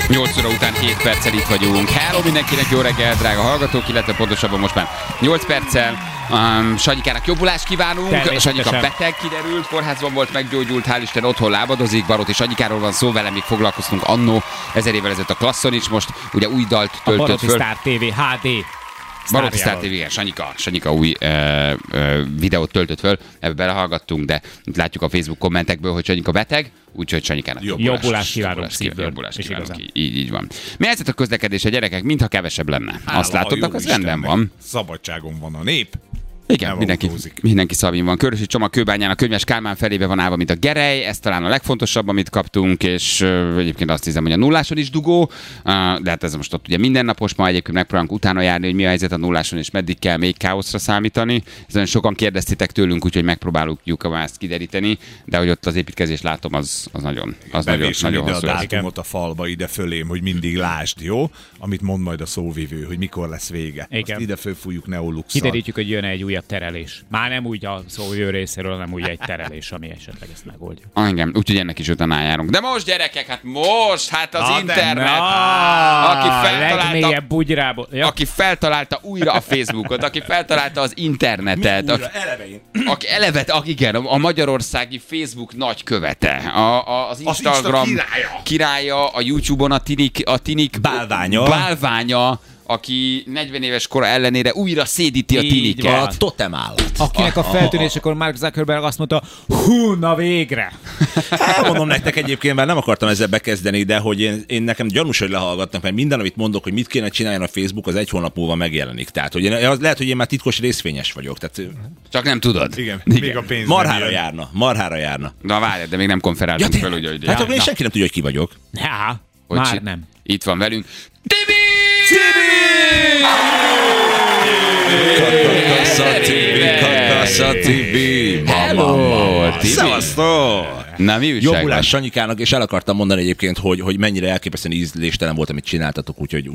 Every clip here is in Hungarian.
8 óra után 7 perccel itt vagyunk. Hello mindenkinek, jó reggel, drága hallgatók, illetve pontosabban most már 8 perccel. Sanyikának jobbulást kívánunk. Sanyika beteg kiderült, kórházban volt, meggyógyult, hál' Isten otthon lábadozik. Baróti Sanyikáról van szó, vele még foglalkoztunk annó 1000 évvel ezelőtt a Klasszon is, most ugye új dalt töltött föl. Star TV HD. Baróti Star TV, igen, Sanyika új videót töltött föl, ebbe belehallgattunk, de látjuk a Facebook kommentekből, hogy Sanyika beteg, úgyhogy Sanyikának jobbulást kívánunk szívből. Így van. Mi helyzet a közlekedés a gyerekek, mintha kevesebb lenne? Azt látodnak, az rendben van. Szabadságon van a nép. Igen, mindenki szabin van. Körösi Csoma Kőbányán a Könyves Kálmán felébe van állva, mint a gerej. Ez talán a legfontosabb, amit kaptunk, és egyébként azt hiszem, hogy a nulláson is dugó, de hát ez most ott ugye mindennapos, ma egyébként megpróbálunk utána járni, hogy mi a helyzet a nulláson, és meddig kell még káoszra számítani. Ezen sokan kérdeztétek tőlünk, úgyhogy megpróbáljuk ezt kideríteni, de hogy ott az építkezés látom, az nagyon ide a hosszú. dátumot a falba, ide fölém, hogy mindig lásd, jó? Amit mond majd a szóvivő, hogy mikor lesz vége. Azt ide fölfújjuk Neoluxal. Kiderítjük, hogy jön egy újabb terelés. Már nem úgy a szóvivő részéről, hanem úgy egy terelés, ami esetleg ezt megoldja. Igen, úgyhogy ennek is utána járunk. De most gyerekek, hát az internet, aki feltalálta újra a Facebookot, aki feltalálta az internetet, a magyarországi Facebook nagykövete, az Instagram királya, a YouTube-on a tinik bálványa, aki 40 éves kora ellenére újra szédíti a tiniket. A totem állat. Akinek a feltűnésekor Mark Zuckerberg azt mondta, na végre. Mondom nektek egyébként, mert nem akartam ezzel bekezdeni, de hogy én nekem gyanús, hogy lehallgatnak, mert minden, amit mondok, hogy mit kéne csinálni a Facebook, az egy hónap múlva megjelenik. Tehát, hogy lehet, hogy én már titkos részvényes vagyok. Tehát, csak nem tudod. Igen. Még a pénz marhára járna. Na várj, de még nem konferáltunk fel, hogy... Hát akkor én senki nem tudja, hogy ki vagyok. Már nem. Itt van velünk. Tibi! Kakasza Tibi! Hello, Tibi! Szevasztok! Na, mi újság Jobbulás Sanyikának, és el akartam mondani egyébként, hogy mennyire elképesztően ízléstelen volt, amit csináltatok, úgyhogy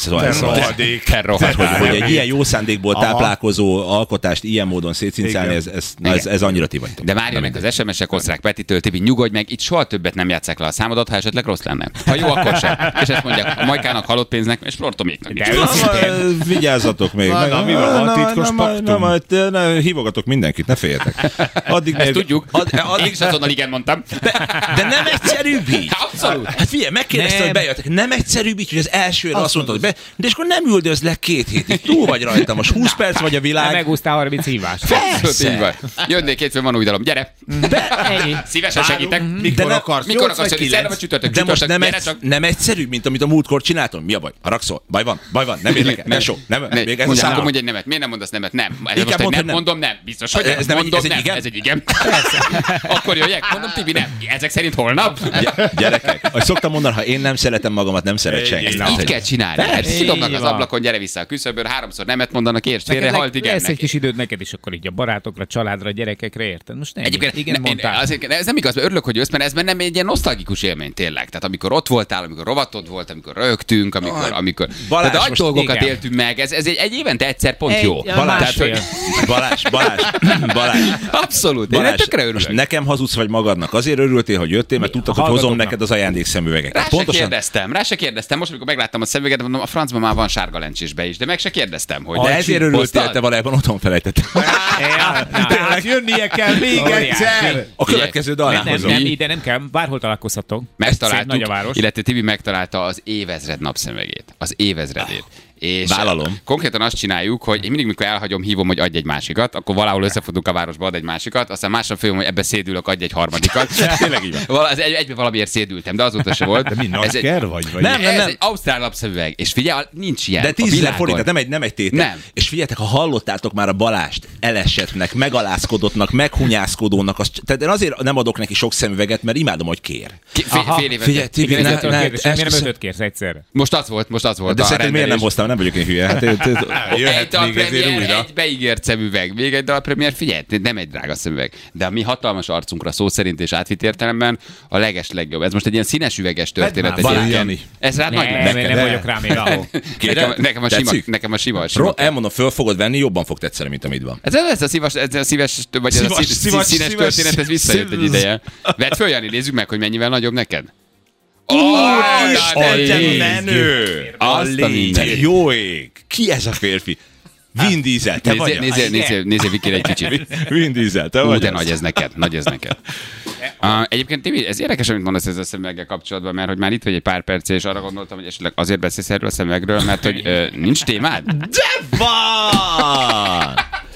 hogy egy ilyen jó szándékból táplálkozó alkotást ilyen módon szétszincálni, ez annyira ti vagytok. De már jönnek az SMS-ek Osztrák Petitől, Tibi, nyugodj meg, itt soha többet nem játsszák le a számodat, ha esetleg rossz lenne. Ha jó, akkor sem. És ezt mondják a Majkának, halott pénznek, és Flortoméknak is. Vigyázzatok még. Mi van a titkos paktum? Hívogatok mindenkit, ne féljetek. Ezt tudjuk. Addig is azonnal igen mondtam. De nem egyszerűbb így. Abszolút. Hát figyelj, megkérdeztem, hogy bejöttek. Nem egyszerűbb így, hogy az elsőre azt mondtad, hogy de és akkor nem üldözlek 2 hétig. Túl vagy rajta, most 20 perc vagy a világ. Megúsztál 30 hívást. Persze. Jönnék hétfőn, van új dalom. Gyere. Szívesen segítek. Mikor akarsz jönni? Szerve csütörtök. De most nem egyszerűbb, mint amit a múltkor csináltam. Mi a baj? Haragszol? Baj van. Nem érdekel. Ne so. Mondj egy nemet. Miért nem mondasz nemet? Nem. Nem mondom, nem. Biztos, hogy nem. Mondom, nem. Ez egy igen. Akkor jöjjek. Mondom, Tibi, nem. Ezek szerint holnap? Gyerekek, ahogy szoktam mondani, ha én nem szeretem magamat, nem szeret senki. Így kell csinálni. Kidobnak az ablakon, gyere vissza a küszöből, 3-szor nemet mondanak, értsd félre, halt igen. Lesz egy kis időd neked is akkor így a barátokra, családra, gyerekekre, érted? Most nem. Egyébként ez nem igaz, örülök, hogy jössz, mert ez nem egy ilyen nosztalgikus élmény tényleg. Tehát amikor ott voltál, amikor rovatod volt, amikor rögtünk, amikor de nagy dolgokat éltünk meg, ez egy évente egyszer pont jó. Balázs. Abszolút. Én tökre örülök. Nekem hazudsz vagy magadnak. Azért örültél, hogy jöttél, mert tudtad, hogy hozom neked az ajándékszemüvegeket. Rá se kérdeztem. Most, amikor megláttam a szemüveget, mondom, a francban már van sárga lencsésbe is, de meg se kérdeztem, hogy... De ezért örültél, te valójában otthon felejtettem. Tehát jönnie kell még egyszer. A következő dalhoz. Nem, ide nem kell, bárhol találkozhatok. Megtaláltuk, illetve Tibi megtalálta az évezred napszemüvegét. Az évezredét. És vállalom. Konkrétan azt csináljuk, hogy én mindig, mikor elhagyom, hívom, hogy adj egy másikat, akkor valahol összefutunk a városba, ad egy másikat, aztán másnap följöm, hogy ebbe szédülök, adj egy harmadikat. Tényleg így van. Egybe valamiért szédültem, de azóta se volt. De mi nagyker vagy? Nem. Ez egy ausztrál lapszemüveg, és figyelj, nincs ilyen. De 10 000 forint, nem egy tétel. Nem. És figyeljetek, ha hallottátok már a Balást elesettnek, megalázkodottnak, meghunyászkodónak, tehát én azért nem adok neki sok szemüveget, mert imádom, hogy kér. Fél évet. Figyelj, Tibi, miért nem 5 kérsz egyszerre? Most az volt. De szerintem miért nem hoztam, nem vagyok én hülye. Jöhet még ezért újra. Egy beígért szemüveg, még egy dalpremiér, figyelj, nem egy drága szemüveg, de a mi hatalmas arcunkra szó szerint és átvitt értelemben a legjobb. Ez most egy ilyen színes üveges történet. Ez rád nagy nem vagyok rá még ahol. Nekem a sima. Elmondom, föl fogod venni, jobban fog tetszeni, mint amit van. Ez a szíves, vagy ez a színes történet, ez visszajött egy ideje. Vedd föl, Jani, nézzük meg, hogy mennyivel nagyobb neked. Úristen, menő! Azt a mindenit. Jó ég! Ki ez a férfi? Vin Diesel, te vagy. Nézzél Vikire egy kicsit. Vin Diesel, te vagy. De nagy ez neked. Egyébként Tibi, ez érdekes, amit mondasz ezzel a szemüveggel kapcsolatban, mert hogy már itt vagy egy pár perc, és arra gondoltam, hogy esetleg azért beszélsz erről a szemüvegről, mert hogy nincs témád? De van!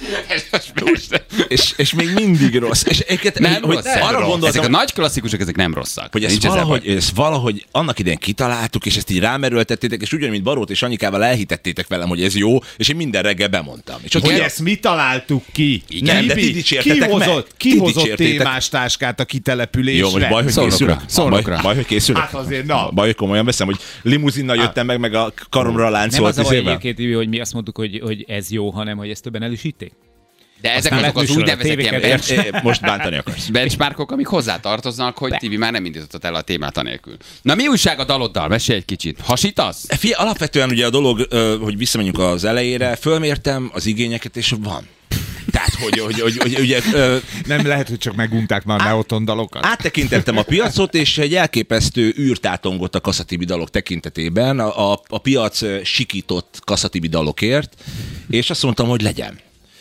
és még mindig rossz. És nem rossz, arra gondoltam, ezek a nagy klasszikusok, ezek nem rosszak. Hogy ezt valahogy annak idején kitaláltuk, és ezt így rámerőltettétek, és ugyanúgy, mint Barót és Anyikával elhitettétek velem, hogy ez jó, és én minden reggel bemondtam. És hogy ezt mi találtuk ki? Igen, de ti dicsértetek meg. Ki hozott témás táskát a kitelepülésre? Jó, most baj, hogy készülök. Baj, hogy készülök. Hát azért, na. Baj, hogy komolyan veszem, hogy limuzinnal jöttem meg a karomra láncolt. Nem az a baj egyébként, hogy mi azt mondtuk, hogy ez jó, hanem hogy ezt többen el is hitték. De ezek azok az úgynevezett ilyen most bántani akarsz. Benchmarkok, amik hozzátartoznak, hogy Tibi már nem indítottad el a témát anélkül. Na mi újság a daloddal? Mesélj egy kicsit. Hasítasz? Alapvetően ugye a dolog, hogy visszamenjünk az elejére, fölmértem az igényeket, és van. Tehát, hogy ugye... Nem lehet, hogy csak megunták már a Neoton dalokat? Áttekintettem a piacot, és egy elképesztő űrtátongott a Kassa-Tibi dalok tekintetében, a piac sikított Kassa-Tibi dalokért, és azt mondtam, hogy legyen.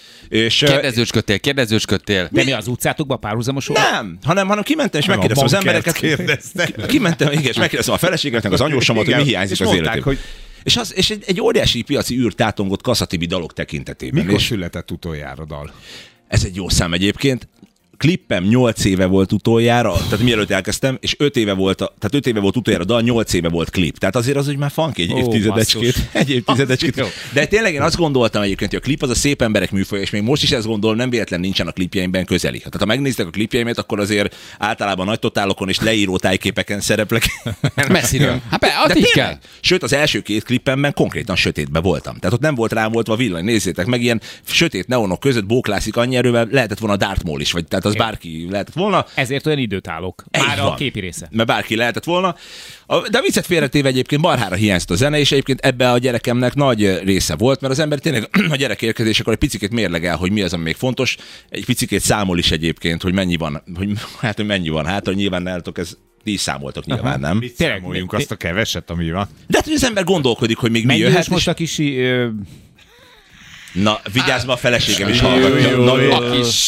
És kérdezősködtél. De mi az utcátokban párhuzamos volt? Nem, hanem kimentem, és megkérdeztem az embereket. Kimentem, igen, és megkérdeztem a feleségemnek, az anyósomat, hogy mi hiányzik az életében. Hogy... És egy óriási piaci űrtátongott Kassa-Tibi dalok tekintetében. Mikor született utoljára dal? Ez egy jó szám egyébként. Klippem 8 éve volt utoljára, tehát mielőtt elkezdtem, és 5 éve volt utoljára dal, 8 éve volt klip. Tehát azért az, hogy már funk egy évtizedecskét. De tényleg én azt gondoltam egyébként, hogy a klip az a szép emberek műfaja, és még most is ezt gondolom, nem véletlen nincsen a klipjeimben közeli. Tehát ha megnéztek a klipjeimet, akkor azért általában nagy totálokon és leíró tájképeken szereplek. Messziről. Hát így kell. Sőt, az első 2 klipemben konkrétan sötétben voltam. Tehát ott nem volt rám voltva villany. Nézzétek meg, ilyen sötét neonok között bóklászik annyi erővel, lehetett volna Darth Maul is, vagy tehát az bárki lehetett volna. Ezért olyan időt állok. Már a képi része. Mert bárki lehetett volna. De a viccet félretéve egyébként marhára hiányzott a zene, és egyébként ebbe a gyerekemnek nagy része volt, mert az ember tényleg a gyerek érkezésekor egy picikét mérlegel, hogy mi az, ami még fontos. Egy picikét számol is egyébként, hogy mennyi van. Hogy mennyi van. Hát, hogy nyilván nálatok ez ti is számoltok nyilván, nem? Mit számoljunk azt a keveset, ami van. De hát, hogy az ember gondolkodik, hogy még mi jöhet. Most a kisi... Na, vigyázz, ma a feleségem is hallgatja.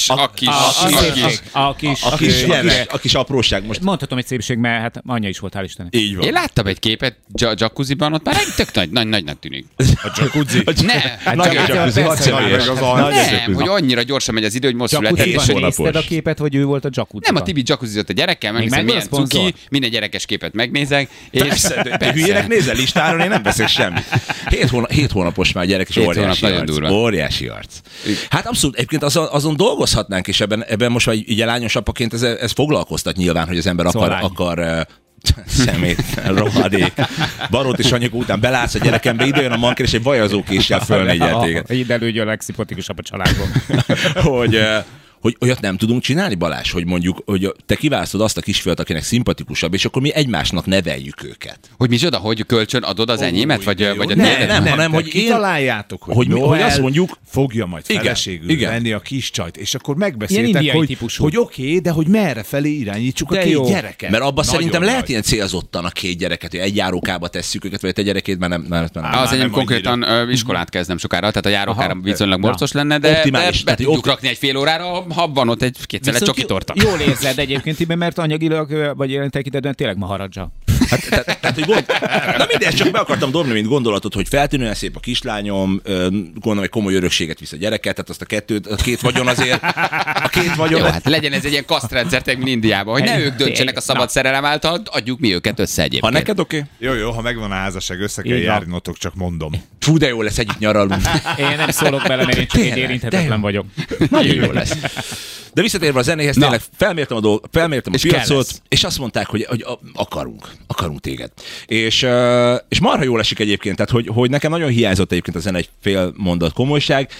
A kis apróság most. Mondhatom egy szépség, mert hát anyja is volt, hál' Istennek. Így van. Én láttam egy képet jacuzziban, ott már egy tök nagynak tűnik. A jacuzzi? Nem. Nagy a jacuzzi, nem, hogy annyira gyorsan megy az idő, hogy most született. Jacuzziban nézted a képet, vagy ő volt a jacuzziban? Nem, a Tibi jacuzzizott a gyerekkel, megnézem milyen cuki, minden gyerekes képet megnézek. Persze, hülyének nézel listáron, én nem veszek semmit. 7 hónapos már a gyerek, és óriási arc. Hát abszolút, egyébként azon dolgozhatnánk, és ebben most így lányos apaként ez foglalkoztat nyilván, hogy az ember akar szemét, rohadék. Barót és Anyag után belátsz a gyerekembe, ide jön a manker, és egy vajazókéssel fölnégyel téged. Ide elődjön a legszimpatikusabb a családban. Hogy olyat nem tudunk csinálni, Balázs, hogy mondjuk, hogy te kiválasztod azt a kisfiat, akinek szimpatikusabb, és akkor mi egymásnak neveljük őket. Hogy micsoda, hogy kölcsön adod az enyémet, vagy a nem, hanem hogy kitaláljátok, hogy azt mondjuk, fogja majd feleségül venni a kis csajt, és akkor megbeszéltek, hogy oké, de hogy merre felé irányítsuk a 2 gyereket. Mert abban szerintem lehet ilyen célzottan a 2 gyereket, hogy egy járókába tesszük őket, vagy a te gyerekét, mert nem. Az enyém konkrétan iskolát kezd nem sokára, tehát a járókára viszonylag morcos lenne, de be tudjuk rakni egy fél órára, ha van ott egy kétszer csoki torta. Jól érzed egyébként, mert anyagilag vagy ilyen tekintetben tényleg maharadja. Tehát, hogy na mindegy, csak be akartam dobni, mint gondolatot, hogy feltűnően szép a kislányom, gondolom, hogy komoly örökséget visz a gyereket, tehát azt a 2 vagyon azért, Jó, hát legyen ez egy ilyen kasztrendszer, mint Indiában, hogy ne ők döntsenek a szabad szerelem által, adjuk mi őket össze egyébként. Ha neked oké? Jó, ha megvan a házasság, össze kell járnotok, csak mondom. Fú, de jó lesz, együtt nyaralunk. Én nem szólok bele, mert én csak egy érinthetetlen vagyok. Nagyon jó lesz. De visszatérve a zenéhez, tényleg felmértem a piacot, és azt mondták, hogy akarunk téged. És marha jól esik egyébként, tehát hogy nekem nagyon hiányzott egyébként a zene egy fél mondat komolyság,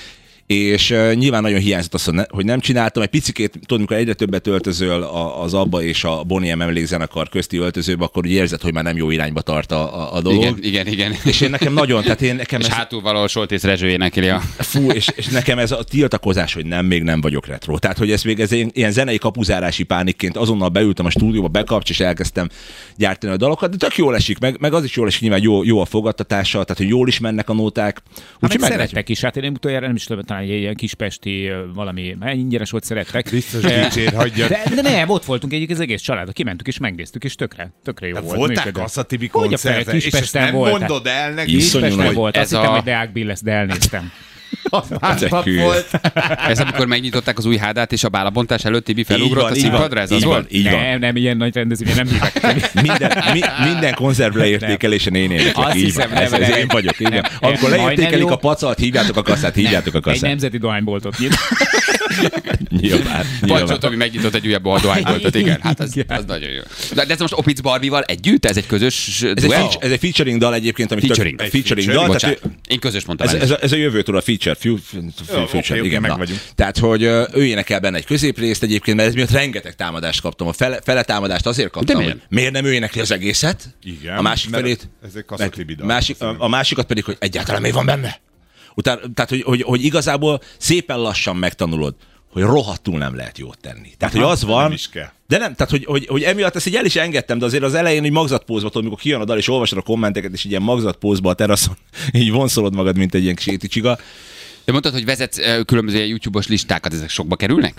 és nyilván nagyon hiányzott az, hogy nem csináltam. Egy picikét, tudod, amikor egyre többet öltözöl az Abba és a Bonnie M. emlékzenekar közti öltözőbe, akkor úgy érzed, hogy már nem jó irányba tart a dolog. Igen. És én nekem nagyon, és hátul valahol Soltész Rezső énekeli a... Fú, és nekem ez a tiltakozás, hogy még nem vagyok retro. Tehát, hogy ez még ilyen zenei kapuzárási pánikként azonnal beültem a stúdióba, bekapcs, és elkezdtem gyártani a dalokat, de tök jól esik, meg az is jól esik, nyilván jó a fogadtatása, tehát, hogy jól is mennek a nóták. Úgyhogy szerettek is, hát én utoljára nem is tudom, talán egy ilyen kispesti valami, ingyenes volt, szerettek. Biztos dicsér, hagyja. De nem, ott voltunk egyik az egész családok, kimentük és megnéztük, és tökre jó volt. Volták Kassa Tibi koncertre, és ezt nem mondod el neki? Kispesten volt, azt hittem, hogy Deák Bill lesz, de elnéztem. Volt. Ez amikor megnyitották az új hádát, és a bálabontás előtt Tibi felugrott a színpadra, ez az volt? Nem, ilyen nagy rendezvény, nem hívek. Minden konzerv leértékelésen én éneklek. Azt hiszem, ez én vagyok. Igen. Amikor leértékelik a pacalt, hívjátok a kasszát. Egy nemzeti dohányboltot nyit. Nyilván. Pancsó Tomi megnyitott egy újabb dohányboltot, igen. Hát az nagyon jó. De ez most Opitz Barbival együtt? Ez egy közös duett? Ez egy featuring dal egyébként, amit featuring dal. Én közös mondtam. Ez a jövőtől a feature, igen, meg vagyunk. Tehát, hogy ő énekel benne egy középrészt egyébként, mert ez miatt rengeteg támadást kaptam. A fele támadást azért kaptam, hogy miért nem ő énekli az egészet? Igen, a másik felét, ez egy Kassa Tibi dal. A másikat pedig, hogy egyáltalán mi van benne? Tehát, hogy igazából szépen lassan megtanulod, hogy rohadtul nem lehet jót tenni. Tehát, hogy az van, nem is kell. De nem, tehát, hogy emiatt ezt így el is engedtem, de azért az elején így magzatpózba, amikor kijön a dal, és olvasod a kommenteket, és így ilyen magzatpózba a teraszon, így vonszolod magad, mint egy ilyen séti csiga. De mondtad, hogy vezetsz különböző YouTube-os listákat, ezek sokba kerülnek?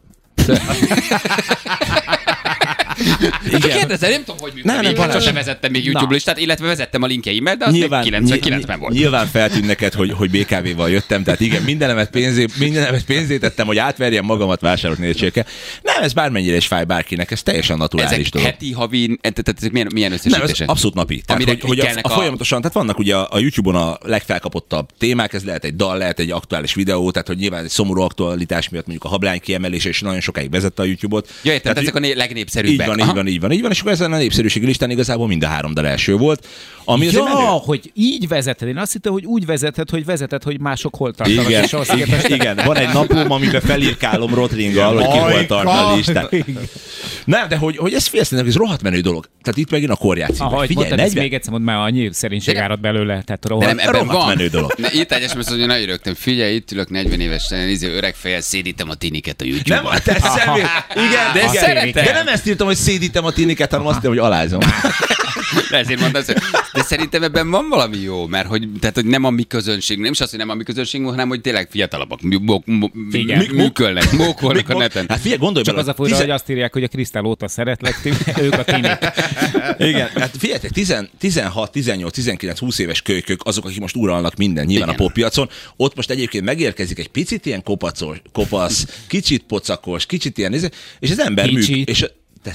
Igen. Kérdezem, nem tudom, hogy működik. Nem, sosem vezettem még YouTube listát, illetve vezettem a linkjeimmel, de az nyilván, még 99-ben volt. Nyilván feltűnt neked, hogy BKV-val jöttem, tehát igen, mindenemet pénzét tettem, hogy átverjem magamat vásárolni nézséke. Nem, ez bármennyire is fáj bárkinek, ez teljesen naturális dolog. Heti, havi, ezek milyen összesítések? Nem, abszolút napi. Tehát, hogy folyamatosan, tehát vannak ugye a YouTube-on a legfelkapottabb témák, ez lehet egy dal, lehet egy aktuális videó, tehát hogy nyilván egy szomorú aktualitás miatt mondjuk a hablány kiemelése, és nagyon sokáig vezette a YouTube-ot. Ja, tehát ezek a legnépszerűbbek. Így van, és akkor ezen a népszerűségi listán igazából mind a 3 dal első volt. Ami hogy így vezeted. Én azt hittem, hogy úgy vezeted, hogy mások hol tartanak. Igen, van egy napom, amiben felírkálom Rotringgal, hogy ki hol tart a listán. Nem, de hogy ez félszínek, ez rohadt menő dolog. Tehát itt megint a korját címe. Ahogy mondtad, ezt még egyszer mondd, mert annyi szerénység árad belőle. Tehát rohadt menő dolog. Itt egyes most, hogy nagyon rögtem. Figyelj, itt ülök 40 évesen, öreg fejjel, szédítem a tiniket a YouTube-on. Nem, te igen, de nem ezt írtam, hogy szédítem a tiniket, hanem azt, hogy alázom. De ezért mondtam, de szerintem ebben van valami jó, mert hogy nem a mi közönségünk, nem is az, hogy nem a mi közönségünk, hanem hogy tényleg fiatalabbak műkölnek, mókolnak a neten. Hát figyelj, gondolj csak az a fura, hogy azt írják, hogy a Krisztál óta szeretlek, ők a tinik. Igen, hát figyeljetek, 16, 18, 19, 20 éves kölykök, azok, akik most uralnak minden, nyilván igen. A poppiacon, ott most egyébként megérkezik egy picit ilyen kopasz, kicsit pocakos, kicsit ilyen, és az ember és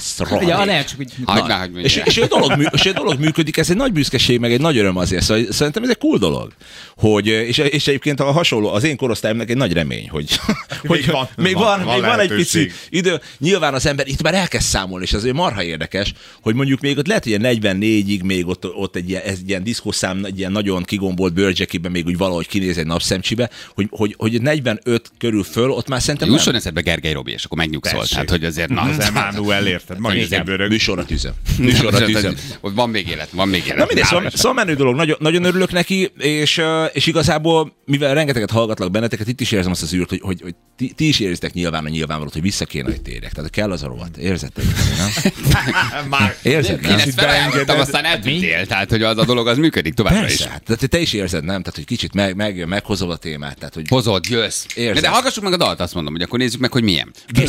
és a dolog működik, ez egy nagy büszkeség, meg egy nagy öröm azért. Szóval szerintem ez egy cool dolog. Hogy, és egyébként a hasonló, az én korosztályomnak egy nagy remény, hogy még van egy pici idő. Nyilván az ember itt már elkezd számolni, és azért marha érdekes, hogy mondjuk még ott lehet, hogy 44-ig még ott egy ilyen diszkószám, egy ilyen nagyon kigombolt bőrcsekiben még úgy valahogy kinéz egy napszemcsibe, hogy 45 körül föl, ott már szerintem jusson eszedbe Gergely Robi, és akkor megnyugszol. Tehát, hogy azért az Emmanuel érted, műsorra tüzem. Van még élet. Na mindegy, szóval menő dolog, nagyon örülök neki, és igazából, mivel rengeteget hallgatlak benneteket, itt is érzem azt az űrt, hogy ti is érzitek nyilván a nyilvánvalót, hogy vissza kéne, hogy térjek. Tehát kell az a rovat. Érzedtek, nem? Érzed, nem? Én ezt felengedtem, aztán eltűntél, tehát hogy az a dolog az működik továbbra is. Tehát te is érzed, nem? Tehát, hogy kicsit meghozod a témát. Tehát, hogy hozod, jössz. De hallgassuk meg a dalt, azt mondom, hogy akkor nézzük meg, hogy milyen.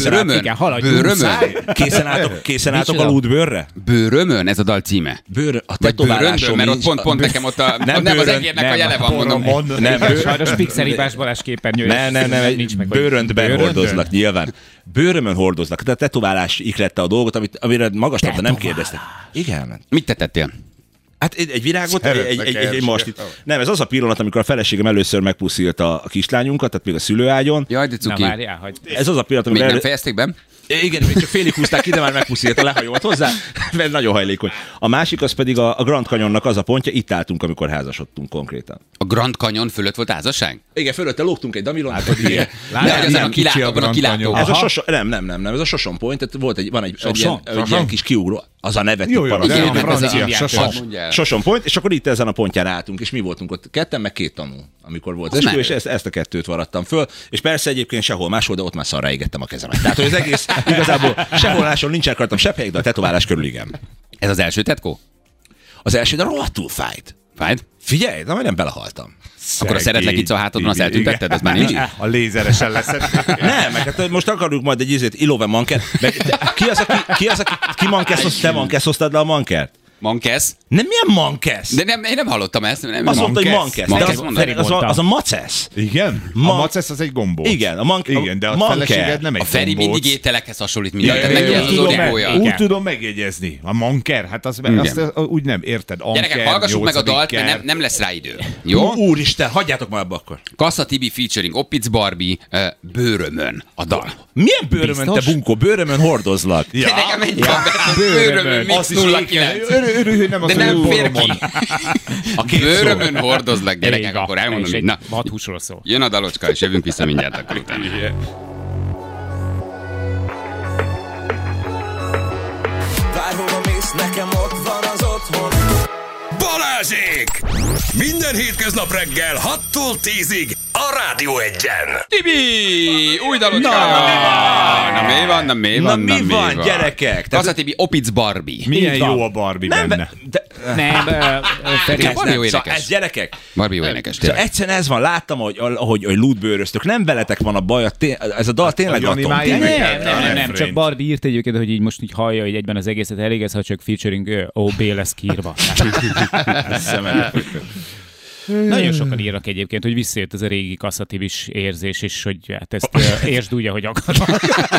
Készen álltok a lúdbőrre? Bőrömön, ez a dal címe. A tetoválásom mert ott pont nekem ott nem az egérnek a jele van, mondom. Nem, sajnos pixelibás Balázs képernyője. Nem, bőröntben hordoznak nyilván. Bőrömön hordoznak. Tehát a tetoválás ihlette a dolgot, amire magasabb, de nem kérdeztek. Igen. Mit te tettél? Hát egy virágot, egy mastit. Nem, ez az a pillanat, amikor a feleségem először megpuszílt a kislányunkat, tehát még a szülőágyon. Jaj, de cuki. Na várjál, hogy... Ez az a pillanat, amikor... Még nem fejezték be? Igen, még csak félig húzták ide, már megpuszított, lehajolt hozzá, mert nagyon hajlékony. A másik az pedig a Grand Canyonnak az a pontja, itt álltunk, amikor házasodtunk konkrétan. A Grand Canyon fölött volt házasság? Igen, fölötte lógtunk egy damilon. Abban a kilátó. Ez a Soson, nem, ez a Soson Point, tehát van egy ilyen kis kiugró, az a nevet Soson Point, és akkor itt ezen a pontján álltunk, és mi voltunk ott ketten, meg 2 tanú, amikor volt eskü, és ezt a 2-t varadtam föl, és persze egyébként sehol máshol, de ott már szarra égettem a kezemet. Tehát, hogy az egész igazából sehol máshol nincsen akartam sebb helyek, de a tetoválás körül igen. Ez az első tetkó? Az első, de rohadtul fájt. Fájt? Figyelj, de majdnem belehaltam. Akkor a szeretlek itt a hátadon, azt eltüntetted? Ez már nincs? A lézeresen leszed. Nem, meg hát most akarjuk majd egy Ilove Manker. Ki az, aki mankeszt, te mankeszoztad le a mankert? Mankesz? Nem, milyen mankesz? De én nem hallottam ezt. Azt mondta, hogy mankesz. Az a macesz. Igen? A macesz az egy gombóc. Igen, igen, de a feleséged nem egy gombóc. A Feri mindig ételekhez hasonlít mindent. Úgy tudom megjegyezni. A manker, hát azt úgy nem érted. Gyerekek, hallgassuk meg a dalt, mert nem lesz rá idő. Jó? Úristen, hagyjátok már abba akkor. Kassa Tibi featuring Opitz Barbie, Bőrömön a dal. Milyen Bőrömön, te bunkó? Bőrömön hordozlak. Nekem ennyi van, Bőrömön, Mix 09. Örülj, hogy nem az, de nem fér ki. A bőrömön hordozlak, gyerekek, akkor elmondom, hogy na, vadhúsról szól. Jön a dalocska, és jövünk vissza mindjárt akkor utána. Bárhova mész, nekem ott van az otthon. Balázsék! Minden hétköznap reggel 6-tól 10-ig a Rádió 1-en. Tibi! Új dalocska! Na mi van, gyerekek? Kassa Tibi, Opitz Barbie. Milyen jó a Barbie benne. Nem, Barbie jó énekes. Ez gyerekek. Barbie jó énekes. Egyszerűen ez van, láttam, hogy lútbőröztök. Nem veletek van a baj, ez a dal tényleg atom. Nem, csak Barbie írt egyébként, hogy így most így hallja, hogy egyben az egészet elég, ez ha csak featuring OB lesz kiírva. Nagyon sokan írnak egyébként, hogy visszajött ez a régi Kassa Tibis érzés, és hogy hát ezt értsd úgy, ahogy akarod.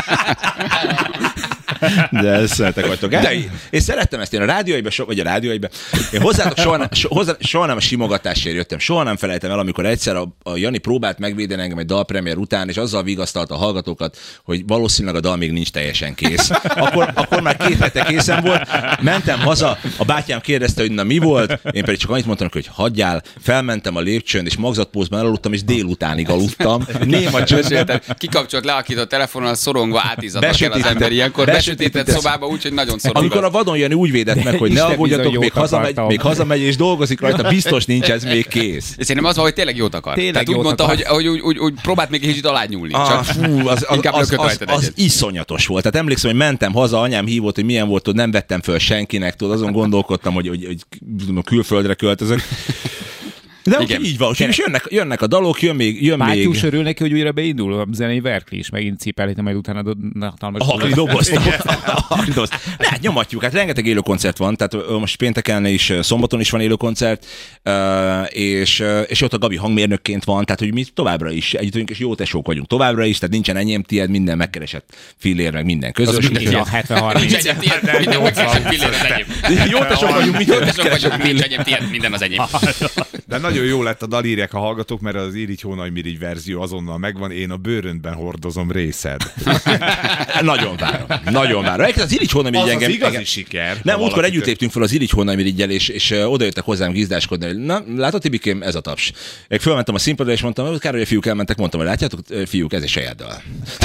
De ezt szeretek vagytok. De én szerettem ezt, én a rádióibe, én hozzátok soha nem a simogatásért jöttem, soha nem felejtem el, amikor egyszer a Jani próbált megvédeni engem egy dalpremiér után, és azzal vigasztalta a hallgatókat, hogy valószínűleg a dal még nincs teljesen kész. Akkor már 2 hete készen volt, mentem haza, a bátyám kérdezte, hogy na mi volt, én pedig csak annyit mondtam, hogy hagyjál, felmentem a lépcsőn, és magzatpózban elaludtam, és délutánig aludtam. Néma csöndben. Kikapcsolt, leakított telefonon, szorongva átizadnak el az ember ilyenkor. Besötétett szobába úgy, hogy nagyon szorongva. Amikor a Vadon Jani úgy védett meg, hogy ne aggódjatok, még hazamegy és dolgozik rajta, biztos nincs ez még kész. Szerintem az van, hogy tényleg jót akar. Tehát úgy mondta, hogy úgy próbált még egy kicsit alányúlni. Az iszonyatos volt. Tehát emlékszem, hogy mentem haza, anyám hívott, hogy milyen volt, nem vettem föl senkinek, azon gondolkodtam, hogy külföldre költözök. De igen. Így van, és jönnek a dalok, jön még... Mátyus örül neki, hogy újra beindul a zenei verkli, és megint cipelítem, majd utána hatalmas... dobozt. Hát nyomatjuk, hát rengeteg élő koncert van, tehát most pénteken és szombaton is van élő koncert, és ott a Gabi hangmérnökként van, tehát hogy mi továbbra is együtt vagyunk, és jó tesók vagyunk továbbra is, tehát nincsen enyém tiéd, minden megkeresett fillér, meg minden közös. Nincs 70-30. Nincs enyém tiéd, minden megkeresett fillér az enyém. Jó tesók vagyunk, nincs enyém tiéd, minden az enyém. De nagyon jó lett a dal, írják a hallgatók, mert az Irigy Hónagymirigy verzió azonnal megvan, én a bőröndben hordozom részed. Nagyon várom. Az Irigy Hónagymirigy engem... Az igazi siker. Nem, útkor együtt léptünk fel az Irigy Hónagymirigyel, és odajöttek hozzám gizdáskodni, hogy na, látod, Tibikém, ez a taps. Én fölmentem a színpadra, és mondtam, hogy kár, hogy a fiúk elmentek, mondtam, hogy látjátok, fiúk, ez egy saját dal.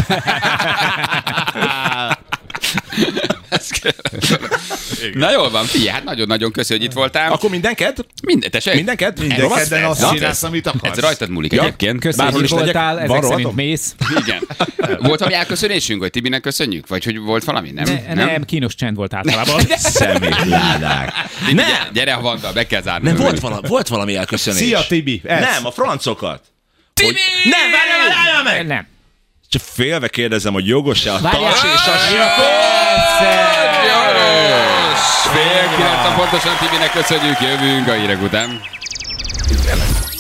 Na jól van, figyelj, hát nagyon-nagyon köszi, hogy itt voltál. Akkor mindenked? Mindenked? Mindenkedden azt csinálsz, amit akarsz. Ez rajtad múlik egyébként. Köszönjük, hogy voltál, ezek szerint mész. Igen. Volt valami elköszönésünk, hogy Tibinek köszönjük? Vagy hogy volt valami? Nem, kínos csend volt általában. Szemétládák. Gyere a Vanda, be kell zárni. Nem, volt valami elköszönés. Szia, Tibi! Nem, a francokat. Tibi! Nem, várjál meg! Nem. Csak félve kérdezem, hogy jogos-e a taps és a Fél 9 pontosan Tibinek köszönjük, jövünk a hírek után.